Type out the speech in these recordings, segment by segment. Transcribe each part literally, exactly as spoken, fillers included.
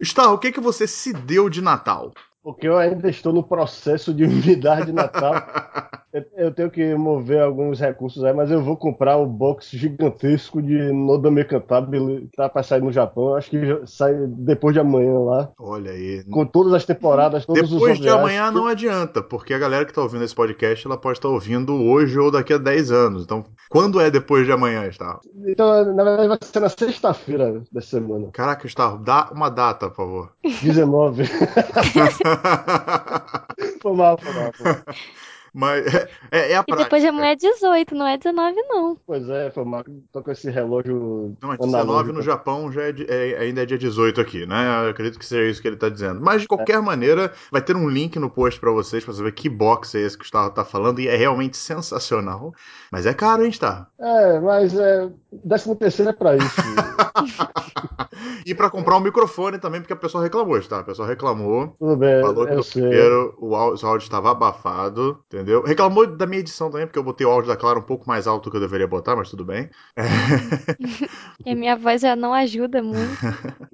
Star, o que, que você se deu de Natal? Porque eu ainda estou no processo de me dar de Natal. Eu, eu tenho que mover alguns recursos aí, mas eu vou comprar o box gigantesco de Nodame Cantabile, que tá para sair no Japão. Acho que já sai depois de amanhã lá. Olha aí. Com todas as temporadas, todos os Depois de O V As. amanhã não adianta, porque a galera que tá ouvindo esse podcast, ela pode estar ouvindo hoje ou daqui a dez anos. Então, quando é depois de amanhã, Star? Então, na verdade, vai ser na sexta-feira dessa semana. Caraca, Star, dá uma data, por favor. dezenove. Foi mal, foi mal, foi mal. Mas é, é- é a E depois de prática. amanhã é dezoito, não é dezenove, não. Pois é, foi mal. Tô com esse relógio Não, mas dezenove no analógico. Japão já é, de- é- ainda é dia dezoito aqui, né? Eu acredito que seja isso que ele tá dizendo. Mas, de qualquer maneira, vai ter um link no post pra vocês, pra saber que box é esse que o Gustavo tá falando, e é realmente sensacional. Mas é caro, hein, Star? É, mas é, décimo terceiro é pra isso. E pra comprar um microfone também, porque a pessoa reclamou, tá? A pessoa reclamou. Tudo bem, Falou que eu no sei. primeiro o áudio, o áudio estava abafado, entendeu? Reclamou da minha edição também, porque eu botei o áudio da Clara um pouco mais alto do que eu deveria botar, mas tudo bem. É. E a minha voz já não ajuda muito.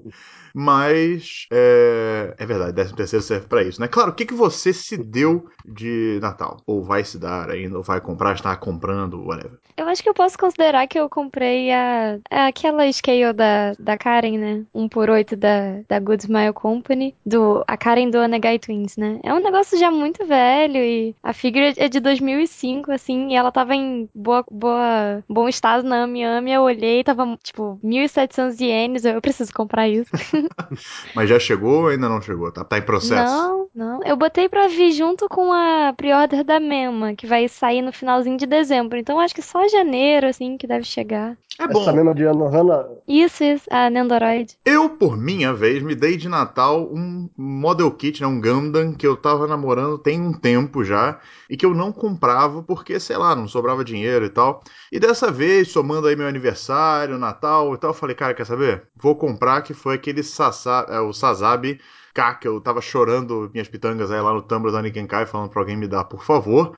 Mas é, é verdade, décimo terceiro serve pra isso, né? Claro, o que, que você se deu de Natal? Ou vai se dar ainda, ou vai comprar, está comprando, whatever. Eu acho que eu posso considerar que eu comprei a, a- aquela scale da, da Karen, né? Um por oito da, da Good Smile Company. Do, a Karen do Onegai Twins, né? É um negócio já muito velho e a figure é de dois mil e cinco, assim, e ela tava em boa, boa, bom estado na Ami Ami. Eu olhei, tava tipo mil e setecentos ienes. Eu, eu preciso comprar isso. Mas já chegou ou ainda não chegou? Tá, tá em processo? Não, não. Eu botei pra vir junto com a pre-order da Mema, que vai sair no finalzinho de dezembro. Então acho que só janeiro, assim, que deve chegar. É Essa bom. mesma de Anohana, Isso, isso. A Nendoroid. Eu, por minha vez, me dei de Natal um Model Kit, né, um Gundam, que eu tava namorando tem um tempo já, e que eu não comprava porque, sei lá, não sobrava dinheiro e tal. E dessa vez, somando aí meu aniversário, Natal e tal, eu falei, cara, quer saber? Vou comprar, que foi aquele Sasa, é, o Sazabi K, que eu tava chorando minhas pitangas aí lá no Tumblr da Nikenkai, falando pra alguém me dar, por favor.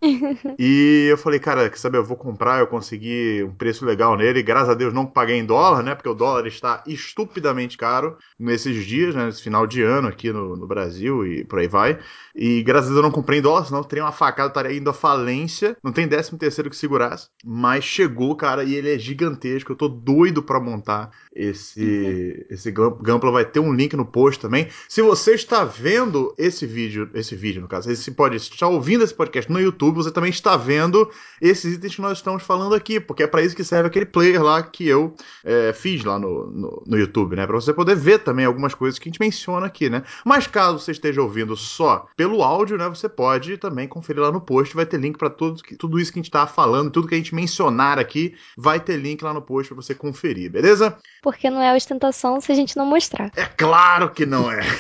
E eu falei, cara, quer saber, eu vou comprar, eu consegui um preço legal nele, graças a Deus não paguei em dólar, né, porque o dólar está estupidamente caro nesses dias, né, nesse final de ano aqui no, no Brasil e por aí vai, e graças a Deus eu não comprei em dólar, senão eu teria uma facada, estaria indo à falência, não tem décimo terceiro que segurasse, mas chegou, cara, e ele é gigantesco, eu tô doido pra montar esse, esse Gampla, vai ter um link no post também. Se você está vendo esse vídeo, esse vídeo no caso, esse pode estar ouvindo esse podcast no YouTube, você também está vendo esses itens que nós estamos falando aqui, porque é para isso que serve aquele player lá que eu é, fiz lá no, no, no YouTube, né? Para você poder ver também algumas coisas que a gente menciona aqui, né? Mas caso você esteja ouvindo só pelo áudio, né? Você pode também conferir lá no post, vai ter link para tudo, tudo isso que a gente está falando, tudo que a gente mencionar aqui, vai ter link lá no post para você conferir, beleza? Porque não é ostentação se a gente não mostrar. É claro que não é.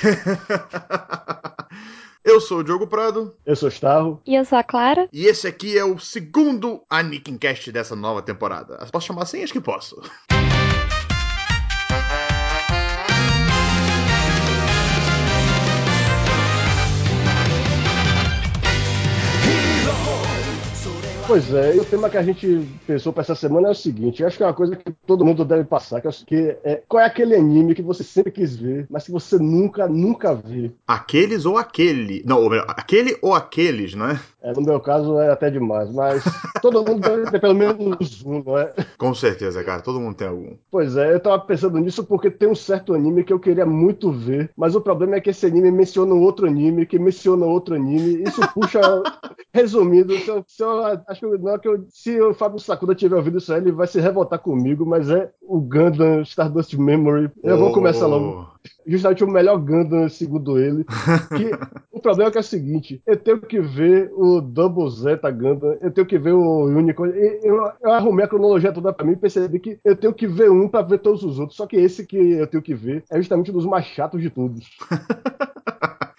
Eu sou o Diogo Prado. eu sou Starro. E eu sou a Clara. E esse aqui é o segundo Anikincast dessa nova temporada. Posso chamar assim? Acho que posso. Pois é, e o tema que a gente pensou para essa semana é o seguinte: eu acho que é uma coisa que todo mundo deve passar, que é, o- que é qual é aquele anime que você sempre quis ver, mas que você nunca, nunca viu. Aqueles ou aquele. Não, ou melhor, aquele ou aqueles, não é? É, no meu caso é até demais, mas todo mundo deve ter pelo menos um, não é? Com certeza, cara. Todo mundo tem algum. Pois é, eu tava pensando nisso porque tem um certo anime que eu queria muito ver, mas o problema é que esse anime menciona um outro anime, que menciona outro anime, isso puxa. Resumindo, se eu, se eu- acho que, não, é que eu- se o Fábio Sakuda tiver ouvido isso aí, ele vai se revoltar comigo, mas é o Gundam Stardust Memory. Eu vou começar logo. Oh. Justamente o melhor Gundam, segundo ele. Que o problema é que é o seguinte: eu tenho que ver o Double Zeta Gundam, eu tenho que ver o Unicorn. e Eu, eu arrumei a cronologia toda pra mim e percebi que eu tenho que ver um pra ver todos os outros. Só que esse que eu tenho que ver é justamente um dos mais chatos de todos. Porque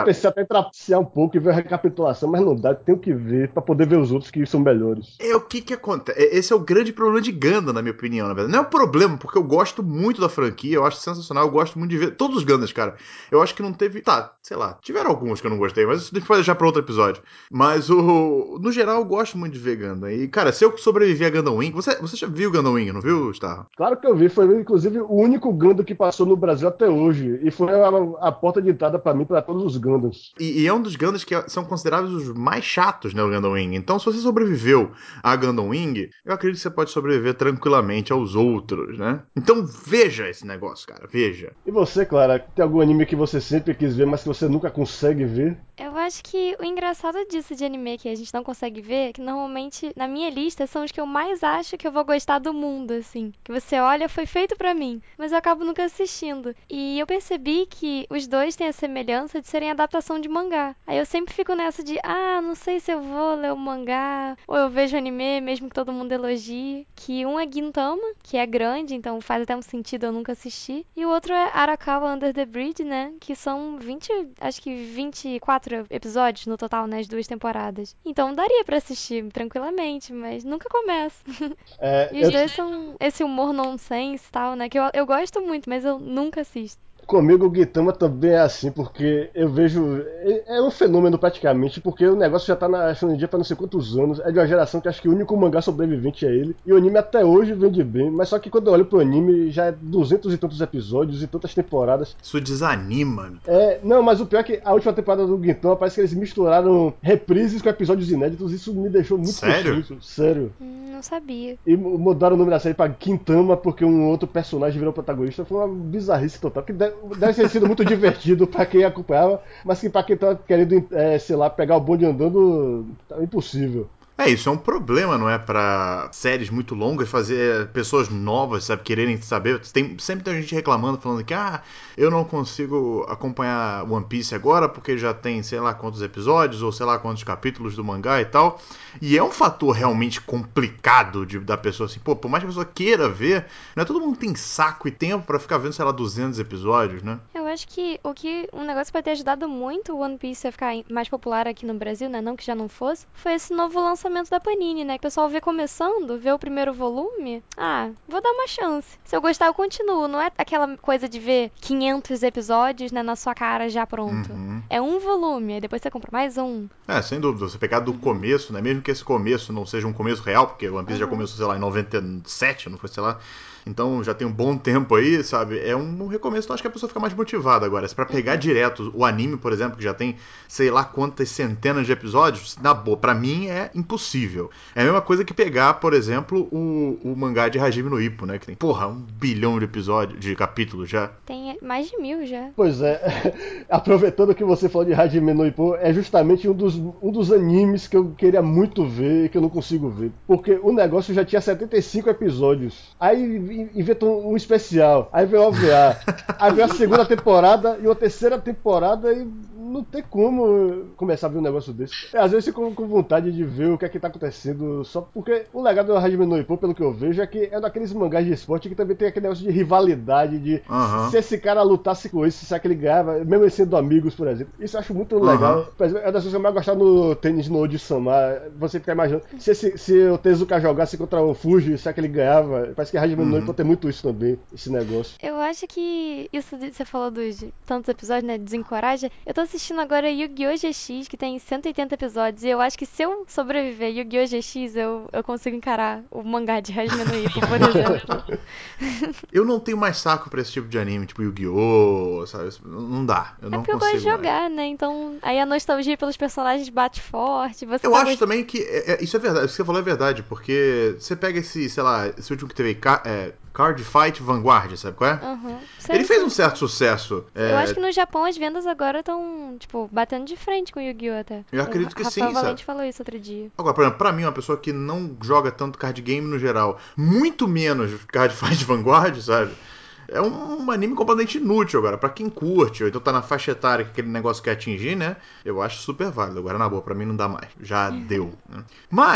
eu pensei até em trapacear um pouco e ver a recapitulação, mas não dá, tenho que ver pra poder ver os outros que são melhores. É o que que acontece. Esse é o grande problema de Gundam, na minha opinião, na verdade. Não é um problema, porque eu gosto muito da franquia, eu acho sensacional, eu gosto muito de ver todos os Gundams, cara. Eu acho que não teve... Tá, sei lá, tiveram alguns que eu não gostei, mas isso deixa eu deixar pra outro episódio. Mas, o no geral, eu gosto muito de ver Gundam. E, cara, se eu sobreviver a Gundam Wing... Você, você já viu Gundam Wing, não viu, Starro? Claro que eu vi, foi inclusive o único Gundam que passou no Brasil até hoje. E foi a, a porta de entrada pra mim, pra todos os Gundams. E, e é um dos Gundams que são considerados os mais chatos, né, o Gundam Wing. Então, se você sobreviveu a Gundam Wing, eu acredito que você pode sobreviver tranquilamente aos outros, né? Então, veja esse negócio, cara, veja. E você, Clara, tem algum anime que você sempre quis ver, mas que você nunca consegue ver? Eu acho que o engraçado disso de anime que a gente não consegue ver, é que normalmente na minha lista são os que eu mais acho que eu vou gostar do mundo, assim. Que você olha, foi feito pra mim, mas eu acabo nunca assistindo. E eu percebi que os dois têm a semelhança de serem adaptação de mangá. Aí eu sempre fico nessa de, ah, não sei se eu vou ler o mangá, ou eu vejo anime, mesmo que todo mundo elogie. Que um é Gintama, que é grande, então faz até um sentido eu nunca assistir. E o outro é Arakawa Under the Bridge, né? Que são vinte, acho que vinte e quatro episódios no total, nas duas temporadas. Então daria pra assistir tranquilamente, mas nunca começo. É, E os eu, dois são esse humor nonsense e tal, né? Que eu, eu gosto muito, mas eu nunca assisto. Comigo o Gintama também é assim, porque eu vejo. É é um fenômeno praticamente, porque o negócio já tá na Shonen pra não sei quantos anos. É de uma geração que acho que o único mangá sobrevivente é ele. E o anime até hoje vende bem, mas só que quando eu olho pro anime já é duzentos e tantos episódios e tantas temporadas. Isso desanima. É, não, mas o pior é que a última temporada do Gintama parece que eles misturaram reprises com episódios inéditos. Isso me deixou muito Sério? confuso. Sério. Hum, não sabia. E mu- mudaram o nome da série pra Quintama porque um outro personagem virou protagonista. Foi uma bizarrice total. Que deve, deve ter sido muito divertido pra quem acompanhava, mas que pra quem tá querendo, é, sei lá, pegar o bonde andando, tá impossível. É, isso é um problema, não é? Pra séries muito longas, fazer pessoas novas, sabe, quererem saber. Tem, sempre tem gente reclamando, falando que, ah, eu não consigo acompanhar One Piece agora porque já tem sei lá quantos episódios ou sei lá quantos capítulos do mangá e tal. E é um fator realmente complicado de, da pessoa, assim, pô, por mais que a pessoa queira ver, não é todo mundo tem saco e tempo pra ficar vendo, sei lá, duzentos episódios, né? Eu acho que o que um negócio que vai ter ajudado muito o One Piece a ficar mais popular aqui no Brasil, né? Não que já não fosse, foi esse novo lançamento da Panini, né? Que o pessoal vê começando, vê o primeiro volume. Ah, vou dar uma chance. Se eu gostar, eu continuo. Não é aquela coisa de ver quinhentos episódios, né, na sua cara já pronto. Uhum. É um volume, aí depois você compra mais um. É, sem dúvida. Você pegar do começo, né? Mesmo que esse começo não seja um começo real, porque o One Piece já Uhum. começou, sei lá, em noventa e sete, não foi, sei lá. Então já tem um bom tempo aí, sabe? É um recomeço, então acho que a pessoa fica mais motivada agora. Se pra pegar direto o anime, por exemplo, que já tem sei lá quantas centenas de episódios, na boa, pra mim é impossível. É a mesma coisa que pegar, por exemplo, o, o mangá de Hajime no Ippo, né? Que tem, porra, um bilhão de episódios, de capítulos já. Tem mais de mil já. Pois é, aproveitando que você falou de Hajime no Ippo, é justamente um dos, um dos animes que eu queria muito ver e que eu não consigo ver. Porque o negócio já tinha setenta e cinco episódios. Aí inventou um especial, aí veio o O V A, aí veio a segunda temporada e uma terceira temporada e não tem como começar a ver um negócio desse. Às vezes eu fico com vontade de ver o que é que tá acontecendo, só porque o legado do Hajime no Ippo, pelo que eu vejo, é que é daqueles mangás de esporte que também tem aquele negócio de rivalidade, de Uhum. se esse cara lutasse com isso, se aquele ganhava, mesmo eles sendo amigos, por exemplo. Isso eu acho muito legal. Por exemplo, é das coisas que eu mais gostava no tênis no Oji-sama. Você fica imaginando, se, esse, se o Tezuka jogasse contra o Fuji, se aquele ganhava, parece que Hajime no Ippo tem muito isso também, esse negócio. Eu acho que isso de, você falou dos tantos episódios, né? Desencoraja. Eu tô assistindo agora Yu-Gi-Oh! G X, que tem cento e oitenta episódios. E eu acho que se eu sobreviver Yu-Gi-Oh! G X, eu, eu consigo encarar o mangá de Hajime no Ippo, por exemplo. Eu não tenho mais saco pra esse tipo de anime, tipo Yu-Gi-Oh!, sabe? Não dá, eu É não porque eu consigo gosto de mais. jogar, né? Então, aí a nostalgia pelos personagens bate forte. Você Eu tá acho gost- também que é, é, isso é verdade, o que você falou é verdade, porque você pega esse, sei lá, esse último que teve, Ca- é, Card Fight Vanguard, sabe qual é? Aham. Sei, Ele fez sei. um certo sucesso. Eu é, acho que no Japão as vendas agora estão, tipo, batendo de frente com o Yu-Gi-Oh! Até. Eu O acredito que Rafael sim, sabe? Valente falou isso outro dia. Agora, por exemplo, pra mim, uma pessoa que não joga tanto card game no geral, muito menos Card Fight Vanguard, sabe? É um, um anime completamente inútil agora. Pra quem curte, ou então tá na faixa etária que aquele negócio quer atingir, né? Eu acho super válido. Agora, na boa, pra mim não dá mais. Já deu. Né? Mas,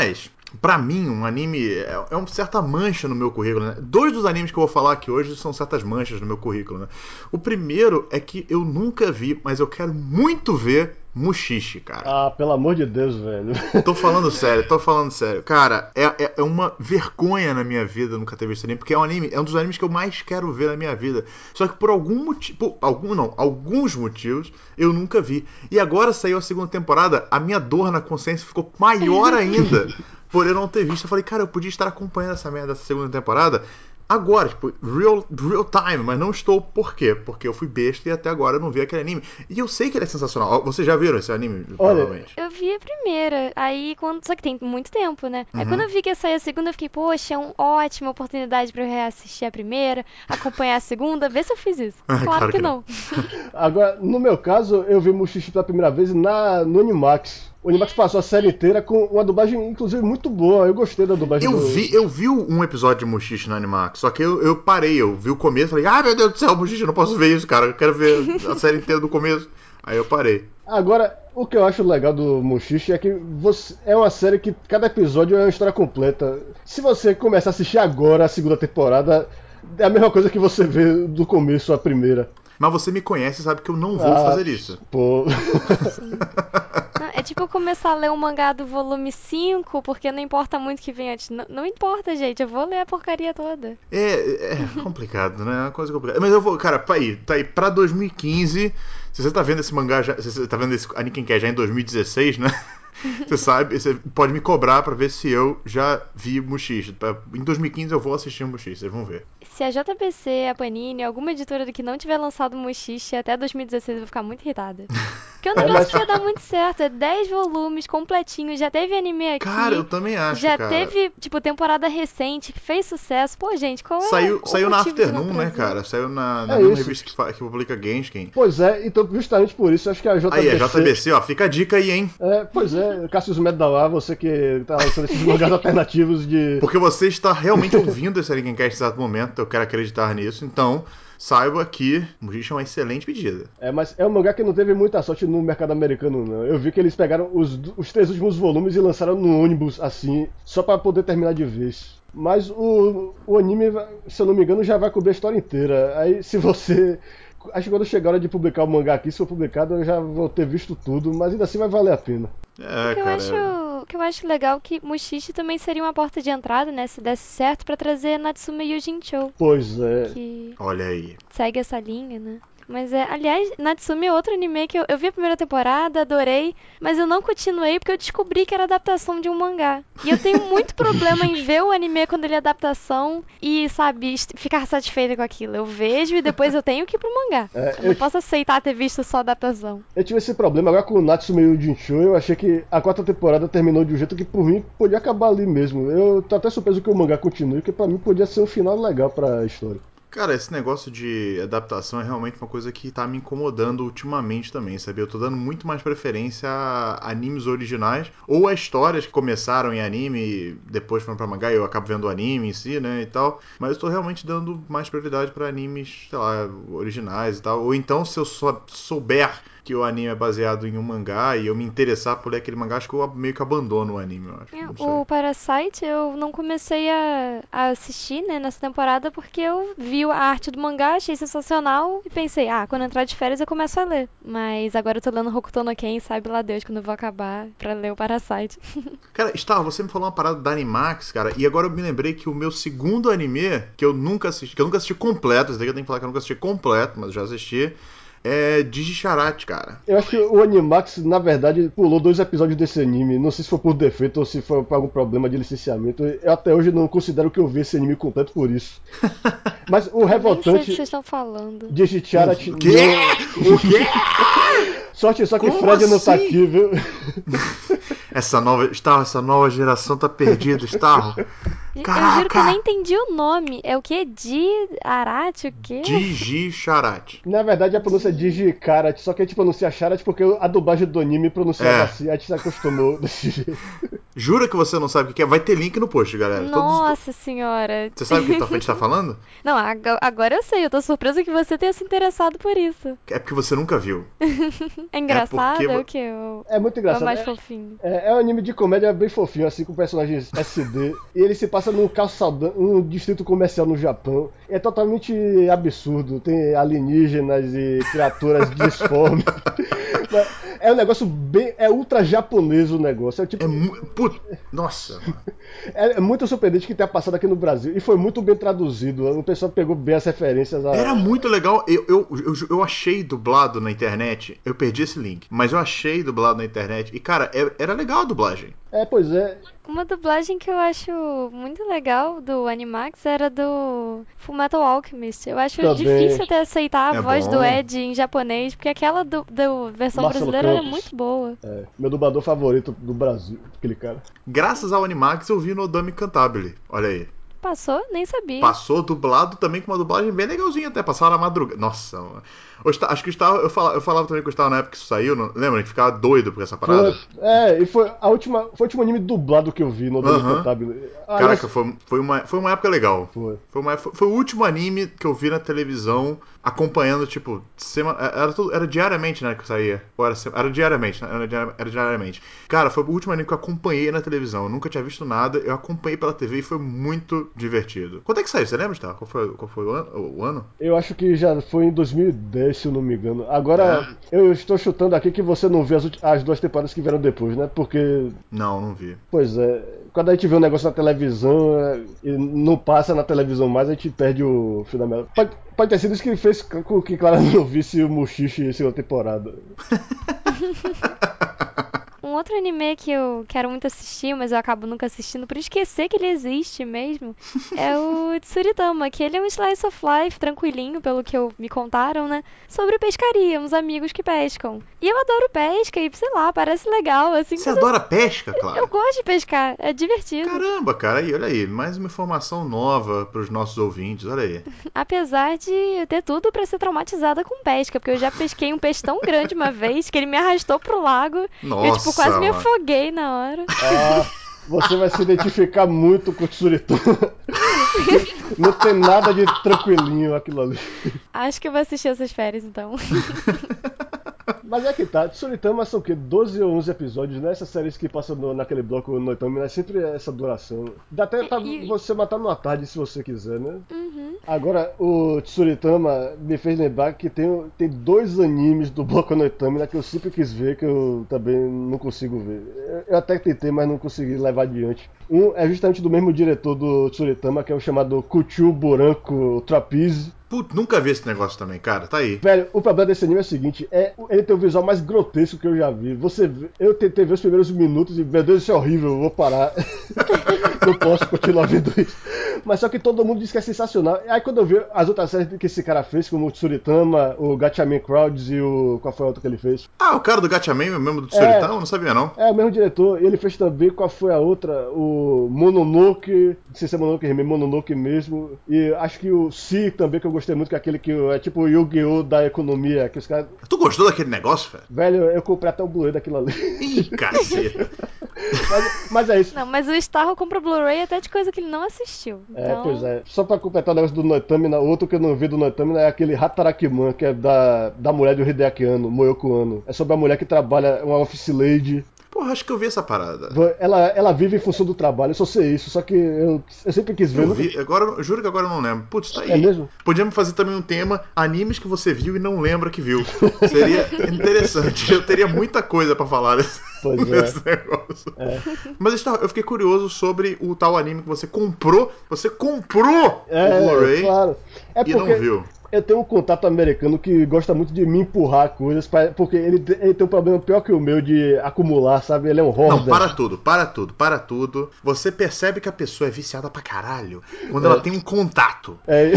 pra mim, um anime é, é uma certa mancha no meu currículo, né? Dois dos animes que eu vou falar aqui hoje são certas manchas no meu currículo, né? O primeiro é que eu nunca vi, mas eu quero muito ver Mushishi, cara. Ah, pelo amor de Deus, velho. Tô falando sério, tô falando sério. Cara, é, é, é uma vergonha na minha vida nunca ter visto anime, porque é um anime, é um dos animes que eu mais quero ver na minha vida. Só que por algum motivo, algum não, alguns motivos, eu nunca vi. E agora saiu a segunda temporada, a minha dor na consciência ficou maior ainda por eu não ter visto. Eu falei, cara, eu podia estar acompanhando essa merda dessa segunda temporada agora, tipo, real, real time, mas não estou. Por quê? Porque eu fui besta e até agora eu não vi aquele anime. E eu sei que ele é sensacional. Vocês já viram esse anime? Olha, Provavelmente. Eu vi a primeira, aí quando. Só que tem muito tempo, né? Aí Uhum. quando eu vi que ia sair a segunda, eu fiquei, poxa, é uma ótima oportunidade pra eu reassistir a primeira, acompanhar a segunda, ver se eu fiz isso. Ah, Claro, claro que, que não. agora, no meu caso, eu vi Mushishi pela primeira vez na, no Animax. O Animax passou a série inteira com uma dublagem, inclusive, muito boa. Eu gostei da dublagem Eu do... vi, eu vi um episódio de Mushishi no Animax, só que eu, eu parei, eu vi o começo e falei, ah, meu Deus do céu, Mushishi, eu não posso ver isso, cara, eu quero ver a série inteira do começo. Aí eu parei. Agora, o que eu acho legal do Mushishi é que você, é uma série que cada episódio é uma história completa. Se você começar a assistir agora a segunda temporada, é a mesma coisa que você vê do começo a primeira. Mas você me conhece e sabe que eu não vou Ah, fazer isso. Pô. Sim. Não, é tipo eu começar a ler um mangá do volume cinco, porque não importa muito o que vem antes. Não, não importa, gente, eu vou ler a porcaria toda. É, é complicado, né? É uma coisa complicada. Mas eu vou, cara, tá aí, tá aí pra dois mil e quinze. Se você tá vendo esse mangá já. Se você tá vendo esse anime que é já em dois mil e dezesseis, né? Você sabe, você pode me cobrar pra ver se eu já vi Mushishi. Em dois mil e quinze eu vou assistir um Mushishi, vocês vão ver. Se a J B C, a Panini, alguma editora que não tiver lançado Mushishi até dois mil e dezesseis, eu vou ficar muito irritada. Porque o É, negócio mas... ia dar muito certo. É dez volumes completinhos. Já teve anime aqui. Cara, eu também acho, já cara. teve, tipo, temporada recente que fez sucesso. Pô, gente, qual é Saiu, o saiu na motivo de não Afternoon, né, trazer? cara? Saiu na, na É mesma isso. revista que, fa- que publica Genshin. Pois é, então justamente por isso eu acho que a J B C... Aí, a J B C, ó, fica a dica aí, hein? É, pois é, Cassius Medalar, você que tá lançando esses mangás alternativos de... Porque você está realmente ouvindo esse Ninguém Cast nesse exato momento, eu quero acreditar nisso, então saiba que Mushishi é uma excelente pedida. É, mas é um mangá que não teve muita sorte no mercado americano, não. Eu vi que eles pegaram os, os três últimos volumes e lançaram no ônibus, assim, só pra poder terminar de vez. Mas o, o anime, se eu não me engano, já vai cobrir a história inteira. Aí, se você... Acho que quando chegar a hora de publicar o mangá aqui, se for publicado, eu já vou ter visto tudo, mas ainda assim vai valer a pena. É, O que eu cara. acho, o que eu acho legal é que Mushishi também seria uma porta de entrada, né? Se desse certo, pra trazer Natsume Yujinchou, Pois é. que Olha aí. segue essa linha, né? Mas é, aliás, Natsume é outro anime que eu, eu vi a primeira temporada, adorei, mas eu não continuei porque eu descobri que era adaptação de um mangá. E eu tenho muito problema em ver o anime quando ele é adaptação e, sabe, est- ficar satisfeita com aquilo. Eu vejo e depois eu tenho que ir pro mangá. É, Eu não eu- posso aceitar ter visto só a adaptação. Eu tive esse problema agora com o Natsume Yujinchou. Eu achei que a quarta temporada terminou de um jeito que, por mim, podia acabar ali mesmo. Eu tô até surpreso que o mangá continue, porque pra mim podia ser um final legal pra história. Cara, esse negócio de adaptação é realmente uma coisa que tá me incomodando ultimamente também, sabe? Eu tô dando muito mais preferência a animes originais ou a histórias que começaram em anime e depois foram pra mangá e eu acabo vendo o anime em si, né, e tal. Mas eu tô realmente dando mais prioridade pra animes, sei lá, originais e tal. Ou então, se eu só souber que o anime é baseado em um mangá e eu me interessar por ler aquele mangá, acho que eu meio que abandono o anime, eu acho. É, Não sei. o Parasite eu não comecei a, a assistir, né, nessa temporada porque eu vi a arte do mangá, achei sensacional e pensei, ah, quando entrar de férias eu começo a ler. Mas agora eu tô lendo Hokuto no Ken, sabe lá Deus quando eu vou acabar pra ler o Parasite. Cara, Star, você me falou uma parada da Animax, cara, e agora eu me lembrei que o meu segundo anime, que eu nunca assisti, que eu nunca assisti completo, esse daqui eu tenho que falar que eu nunca assisti completo, mas já assisti, é Digi-Charate, cara. Eu acho que o Animax, na verdade, pulou dois episódios desse anime. Não sei se foi por defeito ou se foi por algum problema de licenciamento. Eu até hoje não considero que eu vi esse anime completo por isso. Mas o Eu nem sei do que revoltante vocês estão falando. de Digi-Charate... O quê? O quê? Sorte só que Como Fred não tá assim? aqui, viu? Essa nova, Starro, essa nova geração tá perdida, Starro. Caraca! Eu juro que eu nem entendi o nome. É o quê? Di Arate, o quê? Digi Charate. Na verdade, a pronúncia é Digi Karat, só que a gente pronuncia Charat porque a dublagem do anime pronunciava É. assim, a gente se acostumou desse jeito. Jura que você não sabe o que é? Vai ter link no post, galera. Todos... Nossa senhora. Você sabe o que a gente tá falando? Não, ag- agora eu sei. Eu tô surpresa que você tenha se interessado por isso. É porque você nunca viu. É engraçado? porque- É o quê? O, É muito é o engraçado. mais É, fofinho. é, é um anime de comédia bem fofinho, assim, com personagens S D. E ele se passa num calçadão, um distrito comercial no Japão. É totalmente absurdo. Tem alienígenas e criaturas disformes. É um negócio bem. É ultra japonês o negócio. É, tipo, É muito. Put... Nossa, mano. é, é muito surpreendente que tenha passado aqui no Brasil. E foi muito bem traduzido. O pessoal pegou bem as referências. A... Era muito legal. Eu, eu, eu, eu achei dublado na internet. Eu perdi esse link. Mas eu achei dublado na internet. E, cara, é- era legal a dublagem. É, pois é. Uma dublagem que eu acho muito legal do Animax era do Fullmetal Alchemist. Eu acho Também. difícil até aceitar a É voz bom. do Ed em japonês, porque aquela do, do versão Marcelo brasileira era Campos. muito boa. É, meu dublador favorito do Brasil, aquele cara. Graças ao Animax eu vi no Odami Cantabile. Olha aí. Passou? Nem sabia. Passou dublado também com uma dublagem bem legalzinha até. Passava na madrugada. Nossa, mano. Eu esta- acho que eu, estava, eu, falava, eu falava também que eu estava na época que isso saiu. Não, lembra? A gente ficava doido por essa parada. Foi, é, e foi a última. Foi o último anime dublado que eu vi no Dani Aham. Cantabile. Ah, Caraca, nossa, foi, foi, uma, foi uma época legal. foi. Foi, uma- foi- foi o último anime que eu vi na televisão acompanhando, tipo, semana, era, tudo- era diariamente, né, que saía. Ou era, se- era diariamente, né, era, diari- era diariamente. Cara, foi o último anime que eu acompanhei na televisão. Eu nunca tinha visto nada, eu acompanhei pela T V e foi muito divertido. Quando é que saiu? Você lembra, tá? Qual foi, qual foi o, ano, o ano? Eu acho que já foi em dois mil e dez, se eu não me engano. Agora, eu estou chutando aqui que você não viu as, ulti- as duas temporadas que vieram depois, né? Porque, Não, não vi. pois é, quando a gente vê um negócio na televisão é, e não passa na televisão mais, a gente perde o fio da meada. Pode, pode ter sido isso que fez com que Clara não visse o Mushishi em segunda temporada. Um outro anime que eu quero muito assistir, mas eu acabo nunca assistindo por esquecer que ele existe mesmo, é o Tsuritama, que ele é um slice of life tranquilinho, pelo que eu, me contaram, né? Sobre pescaria, uns amigos que pescam. E eu adoro pesca e, sei lá, parece legal, assim, Você mas adora pesca, eu, Clara? eu gosto de pescar, é divertido. Caramba, cara, aí, olha aí, mais uma informação nova pros nossos ouvintes, olha aí. Apesar de eu ter tudo pra ser traumatizada com pesca, porque eu já pesquei um peixe tão grande uma vez que ele me arrastou pro lago e eu, tipo, Nossa, quase me mano. afoguei na hora. Ah, você vai se identificar muito com o Tsuritama. Não tem nada de tranquilinho aquilo ali. Acho que eu vou assistir essas férias, então. Mas é que tá, Tsuritama são o quê? doze ou onze episódios, né? Essas séries que passam no- naquele bloco Noitama, é sempre essa duração. Dá até pra E- você matar numa tarde se você quiser, né? Uhum. Agora, o Tsuritama me fez lembrar que tem, tem dois animes do bloco Noitama que eu sempre quis ver, que eu também não consigo ver. Eu, eu até tentei, mas não consegui levar adiante. Um é justamente do mesmo diretor do Tsuritama, que é o chamado Kuchu Buranko Trapeze. Putz, nunca vi esse negócio também, cara, tá aí. Velho, o problema desse anime é o seguinte, é, ele tem o visual mais grotesco que eu já vi. Você vê- eu tentei ver os primeiros minutos e, meu Deus, isso é horrível, eu vou parar. Não posso continuar vendo isso. Mas só que todo mundo diz que é sensacional. Aí quando eu vi as outras séries que esse cara fez, como o Tsuritama, o Gatchaman Crowds e o... qual foi a outra que ele fez? Ah, o cara do Gatchaman, mesmo do Tsuritama, eu não sabia não. É, o mesmo diretor, e ele fez também, qual foi a outra? O Mononoke, não sei se é Mononoke Rime, Mononoke mesmo. E acho que o Si também, que eu gostei muito, que é aquele que é tipo o Yu-Gi-Oh! Da economia, que os caras... Tu gostou daquele negócio, velho? Velho, eu comprei até o Blu-ray daquilo ali. Ih, caceta. Mas, mas é isso. Não, mas o Starro compra Blu-ray até de coisa que ele não assistiu. É, Então, pois é. Só pra completar o negócio do Noitamina, outro que eu não vi do Noitamina é aquele Hatarakiman, que é da, da mulher do Hideaki Anno, Moyoko Anno. É sobre a mulher que trabalha, uma office lady. Porra, acho que eu vi essa parada. Ela, ela vive em função do trabalho, eu só sei isso, só que eu, eu sempre quis ver. Eu nunca- vi, agora, eu juro que agora eu não lembro. Putz, tá aí. É mesmo? Podíamos fazer também um tema animes que você viu e não lembra que viu. Seria interessante. Eu teria muita coisa pra falar desse, Pois é. desse negócio. É. Mas está- eu fiquei curioso sobre o tal anime que você comprou. Você comprou É, o Blu-ray claro. É e não porque viu. eu tenho um contato americano que gosta muito de me empurrar coisas, pra- porque ele, te- ele tem um problema pior que o meu de acumular, sabe? Ele é um Não, hoarder. para tudo, para tudo, para tudo. Você percebe que a pessoa é viciada pra caralho quando ela tem um contato. É.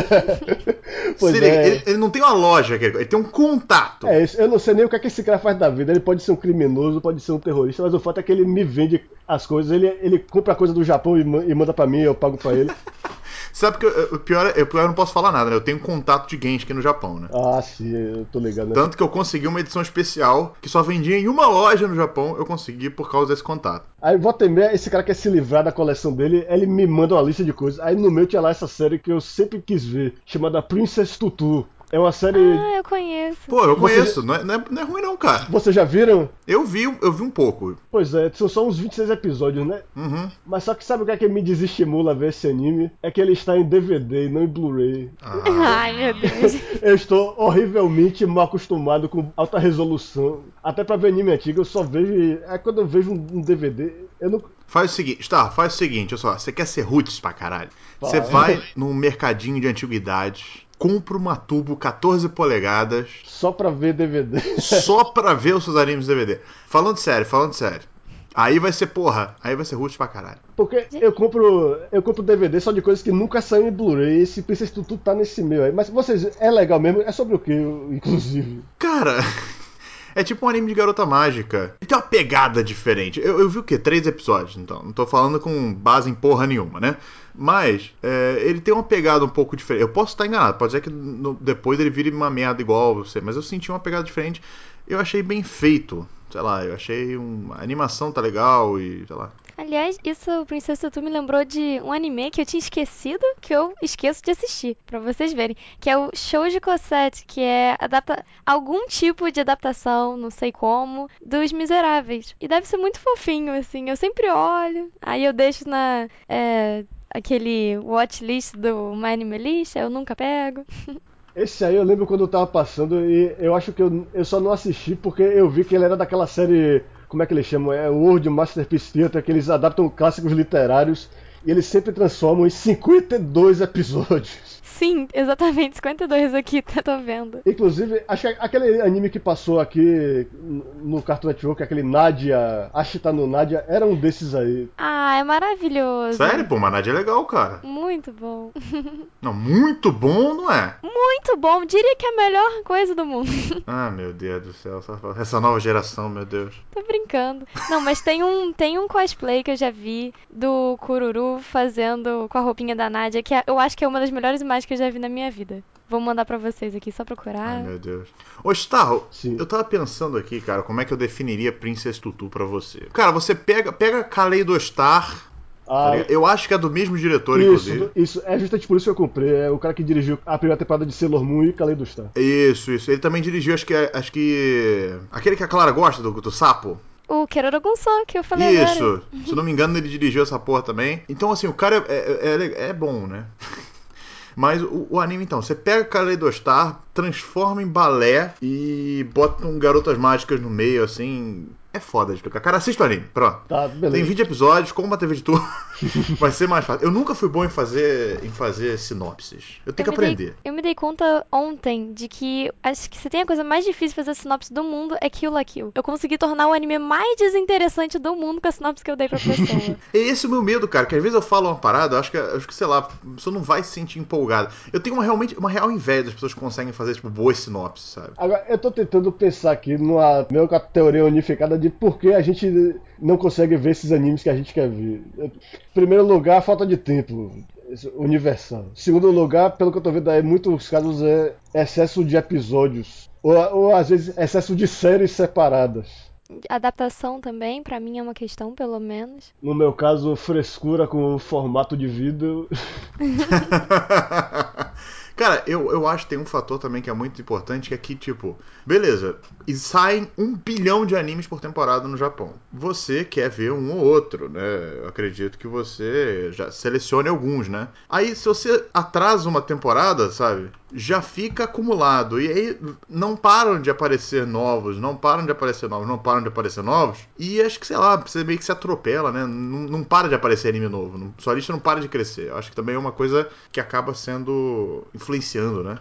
Pois Se liga, é. ele, ele não tem uma loja, ele tem um contato. É isso, eu não sei nem o que é que esse cara faz da vida. Ele pode ser um criminoso, pode pode ser um terrorista, mas o fato é que ele me vende as coisas, ele, ele compra coisa do Japão e, e manda pra mim, eu pago pra ele. Sabe que eu- o pior é, o pior eu não posso falar nada, né? Eu tenho contato de Genshin no Japão, né? Ah, sim, eu tô ligado. Né? Tanto que eu consegui uma edição especial que só vendia em uma loja no Japão, eu consegui por causa desse contato. Aí volta e meia, esse cara quer se livrar da coleção dele, ele me manda uma lista de coisas. Aí no meu tinha lá essa série que eu sempre quis ver, chamada Princess Tutu. É uma série. Ah, eu conheço. Pô, eu Você conheço, já- não, é, não, é, não é ruim não, cara. Vocês já viram? Eu vi, eu vi um pouco. Pois é, são só uns vinte e seis episódios, né? Uhum. Mas só que sabe o que é que me desestimula a ver esse anime? É que ele está em D V D e não em Blu-ray. Ah, Ai, meu Deus. Eu estou horrivelmente mal acostumado com alta resolução. Até pra ver anime antigo, eu só vejo. É quando eu vejo um um D V D, eu não. faz o seguinte, tá, faz o seguinte, olha só, você quer ser roots pra caralho? Você Fala. vai num mercadinho de antiguidades, compra uma tubo quatorze polegadas, Só pra ver D V D. só pra ver os seus animes D V D. Falando sério, falando sério. Aí vai ser, porra, aí vai ser roots pra caralho. Porque eu compro, eu compro D V D só de coisas que nunca saem em Blu-ray. Esse Princess Tutu tá nesse meio aí. Mas vocês, é legal mesmo? É sobre o que, inclusive? Cara, é tipo um anime de garota mágica. Ele tem uma pegada diferente. Eu, eu vi o quê? Três episódios, então. Não tô falando com base em porra nenhuma, né? Mas é, ele tem uma pegada um pouco diferente. Eu posso estar enganado, pode ser que no- depois ele vire uma merda igual você, mas eu senti uma pegada diferente. Eu achei bem feito. Sei lá, eu achei um... a animação tá legal e, sei lá. Aliás, isso, Princesa Tutu, me lembrou de um anime que eu tinha esquecido, que eu esqueço de assistir, pra vocês verem. Que é o Shoujo Cosette, que é adapta algum tipo de adaptação, não sei como, dos Miseráveis. E deve ser muito fofinho, assim. Eu sempre olho, aí eu deixo na... é, aquele watchlist do My Anime List, eu nunca pego. Esse aí eu lembro quando eu tava passando e eu acho que eu, eu só não assisti porque eu vi que ele era daquela série. Como é que eles chamam? É World Masterpiece Theater, que eles adaptam clássicos literários e eles sempre transformam em cinquenta e dois episódios. Sim, exatamente, cinquenta e dois aqui, tô vendo. Inclusive, acho que aquele anime que passou aqui no Cartoon Network, aquele Nadia, Ashita no Nadia, era um desses aí. Ah, é maravilhoso. Sério, pô, Manad é legal, cara. Muito bom. Não, muito bom, não é? Muito bom, diria que é a melhor coisa do mundo. Ah, meu Deus do céu. Essa nova geração, meu Deus. Tô brincando. Não, mas tem um, tem um cosplay que eu já vi do Kururu fazendo com a roupinha da Nadia, que é- eu acho que é uma das melhores imagens que eu já vi na minha vida. Vou mandar pra vocês aqui, só procurar. Ai, meu Deus. Ô, Starro, Sim. eu tava pensando aqui, cara, como é que eu definiria Princess Tutu pra você. Cara, você pega, pega Kaleidostar, tá Ah, ligado? Eu acho que é do mesmo diretor, isso, inclusive. isso. É justamente por isso que eu comprei. É o cara que dirigiu a primeira temporada de Sailor Moon e Kaleidostar. Isso, isso. Ele também dirigiu, acho que... Acho que aquele que a Clara gosta, do, do sapo. O Keroro Gonçalves, que eu falei agora. Isso. Se não me engano, ele dirigiu essa porra também. Então, assim, o cara é, é, é, é bom, né? Mas o, o anime, então, você pega Kaleidostar, transforma em balé e bota um Garotas Mágicas no meio, assim... É foda de explicar. Cara, assista o anime, pronto. Tá, beleza. Tem vinte episódios, como uma T V de tudo. Vai ser mais fácil. Eu nunca fui bom em fazer, em fazer sinopses. Eu tenho Eu que me, dei, aprender. eu me dei conta ontem de que acho que se tem a coisa mais difícil de fazer sinopse do mundo é Kill la Kill. Eu consegui tornar o anime mais desinteressante do mundo com a sinopse que eu dei pra pessoa. É esse o meu medo, cara, que às vezes eu falo uma parada, eu acho que, acho que sei lá, a pessoa não vai se sentir empolgada. Eu tenho uma, realmente, uma real inveja das pessoas que conseguem fazer, tipo, boas sinopses, sabe? Agora, eu tô tentando pensar aqui numa meio com a teoria unificada de por que a gente não consegue ver esses animes que a gente quer ver. Em primeiro lugar, falta de tempo. Universal. Em segundo lugar, pelo que eu tô vendo aí, em muitos casos é excesso de episódios. Ou, ou às vezes excesso de séries separadas. Adaptação também, pra mim é uma questão, pelo menos. No meu caso, frescura com o formato de vídeo. Cara, eu, eu acho que tem um fator também que é muito importante, que é que, tipo, beleza, e saem um bilhão de animes por temporada no Japão. Você quer ver um ou outro, né? Eu acredito que você já selecione alguns, né? Aí, se você atrasa uma temporada, sabe, já fica acumulado. E aí não param de aparecer novos, não param de aparecer novos, não param de aparecer novos. E acho que, sei lá, você meio que se atropela, né? Não, não para de aparecer anime novo. Não, sua lista não para de crescer. Eu acho que também é uma coisa que acaba sendo... influenciando, né? É,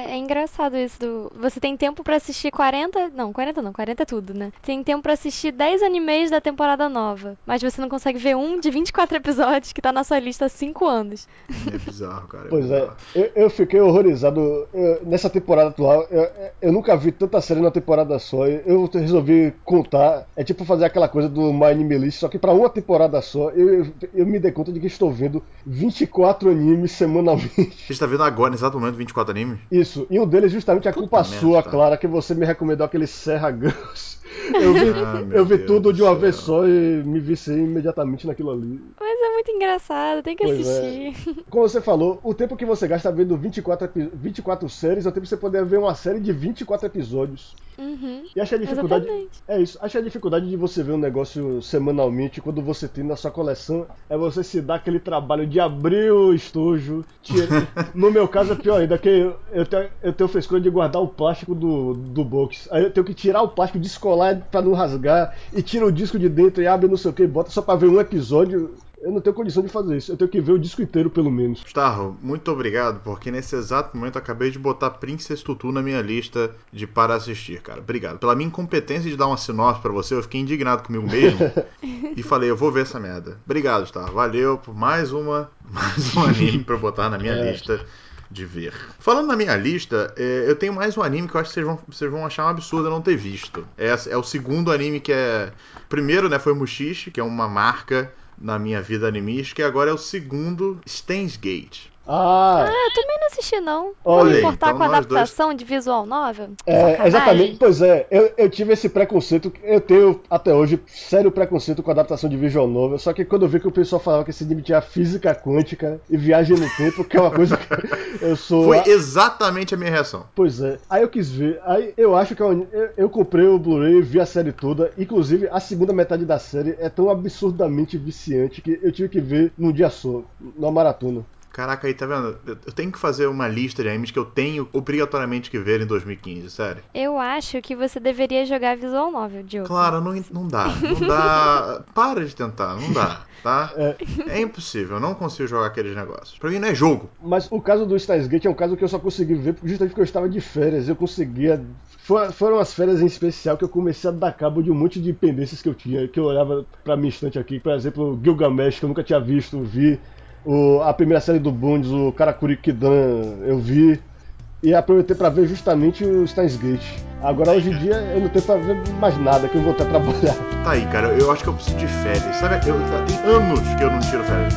É engraçado isso do... Você tem tempo pra assistir quarenta... Não, quarenta não, quarenta é tudo, né? Tem tempo pra assistir dez animes da temporada nova, mas você não consegue ver um de vinte e quatro episódios que tá na sua lista há cinco anos. É bizarro, cara, é Pois bizarro. é, eu, eu fiquei horrorizado eu, nessa temporada atual. Eu, eu nunca vi tanta série numa temporada só. Eu resolvi contar. É tipo fazer aquela coisa do My Anime List, só que pra uma temporada só. Eu, eu, eu me dei conta de que estou vendo vinte e quatro animes semanalmente. Você está vendo agora, nesse exato momento, vinte e quatro animes? Isso, e um deles justamente a Puta culpa merda, sua, tá. Clara, que você me recomendou aquele Serra Girls. Eu vi, Ah, meu eu vi Deus tudo do de uma vez céu. só e me viciei imediatamente naquilo ali. Mas é muito engraçado, tem que Pois é. assistir. Como você falou, o tempo que você gasta vendo vinte e quatro, epi- vinte e quatro séries é o tempo que você poder ver uma série de vinte e quatro episódios. Uhum, E acho que a dificuldade. exatamente. É isso. Acho que a dificuldade de você ver um negócio semanalmente, quando você tem na sua coleção, é você se dar aquele trabalho de abrir o estojo. Tira... No meu caso é pior ainda, que eu, eu, tenho, eu tenho frescura de guardar o plástico do, do box. Aí eu tenho que tirar o plástico, descolar pra não rasgar, e tira o disco de dentro e abre não sei o que, e bota só pra ver um episódio. Eu não tenho condição de fazer isso. Eu tenho que ver o disco inteiro, pelo menos. Starro, muito obrigado, porque nesse exato momento eu acabei de botar Princess Tutu na minha lista de para assistir, cara. Obrigado. Pela minha incompetência de dar uma sinopse pra você, eu fiquei indignado comigo mesmo e falei, eu vou ver essa merda. Obrigado, Starro. Valeu por mais uma, mais um anime pra eu botar na minha É. lista de ver. Falando na minha lista, é, eu tenho mais um anime que eu acho que vocês vão, vocês vão achar um absurdo eu não ter visto. É, é o segundo anime que é... Primeiro, né, foi Mushishi, que é uma marca na minha vida animística, e agora é o segundo, Steins Gate. Ah, Ah, eu também não assisti, não. Vou olha me Olha aí, aí. importar então com a nós dois... adaptação de visual novel? Que É, exatamente. sacanagem. Pois é, eu, eu tive esse preconceito, eu tenho até hoje sério preconceito com a adaptação de visual novel, só que quando eu vi que o pessoal falava que esse anime tinha física quântica e viagem no tempo, que é uma coisa que eu sou... Foi a- exatamente a minha reação. Pois é, aí eu quis ver, aí eu acho que é um anime- eu, eu comprei o Blu-ray, vi a série toda, inclusive a segunda metade da série é tão absurdamente viciante que eu tive que ver num dia só, numa maratona. Caraca, aí tá vendo? Eu tenho que fazer uma lista de animes que eu tenho obrigatoriamente que ver em dois mil e quinze, sério. Eu acho que você deveria jogar visual novel, Diogo. Claro, não, não dá, não dá. Para de tentar, não dá, tá? É, É impossível, eu não consigo jogar aqueles negócios. Pra mim não é jogo. mas o caso do Steins Gate é um caso que eu só consegui ver justamente porque eu estava de férias. Eu conseguia. For- Foram as férias em especial que eu comecei a dar cabo de um monte de pendências que eu tinha. Que eu olhava pra minha estante aqui. Por exemplo, Gilgamesh, que eu nunca tinha visto, vi. O, a primeira série do Bundes, o Karakuri Kidan, eu vi. E aproveitei pra ver justamente o Steins Gate. Agora, hoje em dia, eu não tenho pra ver mais nada, que eu vou voltar a trabalhar. Tá aí, cara, eu acho que eu preciso de férias. Sabe, eu, tem anos que eu não tiro férias.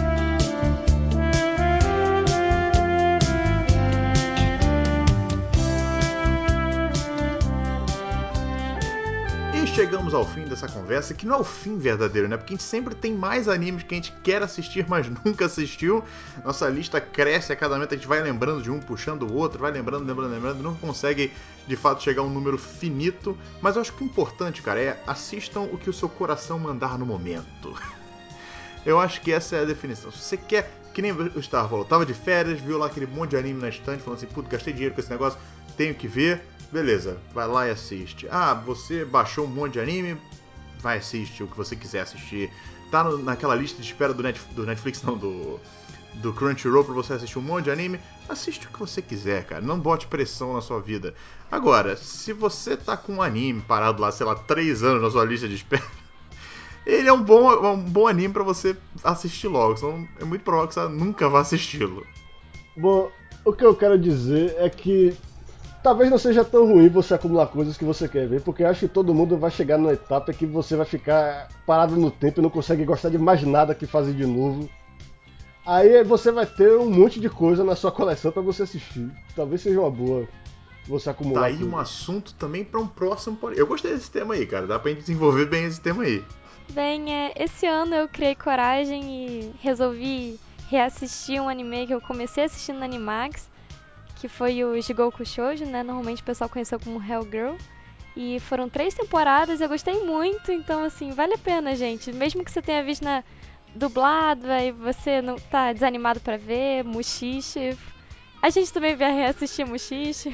E chegamos ao fim dessa conversa, que não é o fim verdadeiro, né? Porque a gente sempre tem mais animes que a gente quer assistir, mas nunca assistiu. Nossa lista cresce a cada momento, a gente vai lembrando de um, puxando o outro, vai lembrando, lembrando, lembrando. Não consegue, de fato, chegar a um número finito. Mas eu acho que o importante, cara, é assistam o que o seu coração mandar no momento. Eu acho que essa é a definição. Se você quer, que nem o Star falou, tava de férias, viu lá aquele monte de anime na estante, falando assim, puto, gastei dinheiro com esse negócio, tenho que ver. Beleza, vai lá e assiste. Ah, você baixou um monte de anime, vai assistir o que você quiser assistir. Tá no, naquela lista de espera do, Net, do Netflix, não, do, do Crunchyroll pra você assistir um monte de anime. Assiste o que você quiser, cara. Não bote pressão na sua vida. Agora, se você tá com um anime parado lá, sei lá, três anos na sua lista de espera, ele é um bom, um bom anime pra você assistir logo. Senão é muito provável que você nunca vá assisti-lo. Bom, o que eu quero dizer é que talvez não seja tão ruim você acumular coisas que você quer ver, porque eu acho que todo mundo vai chegar numa etapa que você vai ficar parado no tempo e não consegue gostar de mais nada que fazer de novo. Aí você vai ter um monte de coisa na sua coleção pra você assistir. Talvez seja uma boa você Tá acumular aí um coisas. assunto também pra um próximo podcast. Eu gostei desse tema aí, cara. Dá pra gente desenvolver bem esse tema aí. Bem, é, esse ano eu criei coragem e resolvi reassistir um anime que eu comecei assistindo na Animax, que foi o Jigoku Shoujo, né? Normalmente o pessoal conheceu como Hellgirl. E foram três temporadas, eu gostei muito, então assim, vale a pena, gente. Mesmo que você tenha visto na dublado, aí você não tá desanimado pra ver, Mushishi. A gente também vai reassistir Mushishi.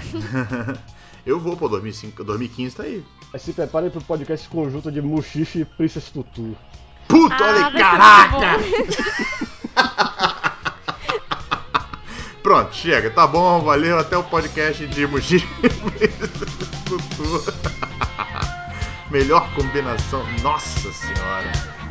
Eu vou, pô, dois mil e cinco, dois mil e quinze tá aí. Aí se preparem pro podcast conjunto de Mushishi e Princess Tutu. Puta, olha Ah, aí, vai ser caraca! muito bom. Pronto, chega, tá bom, valeu, até o podcast de Mushi. Melhor combinação, nossa senhora.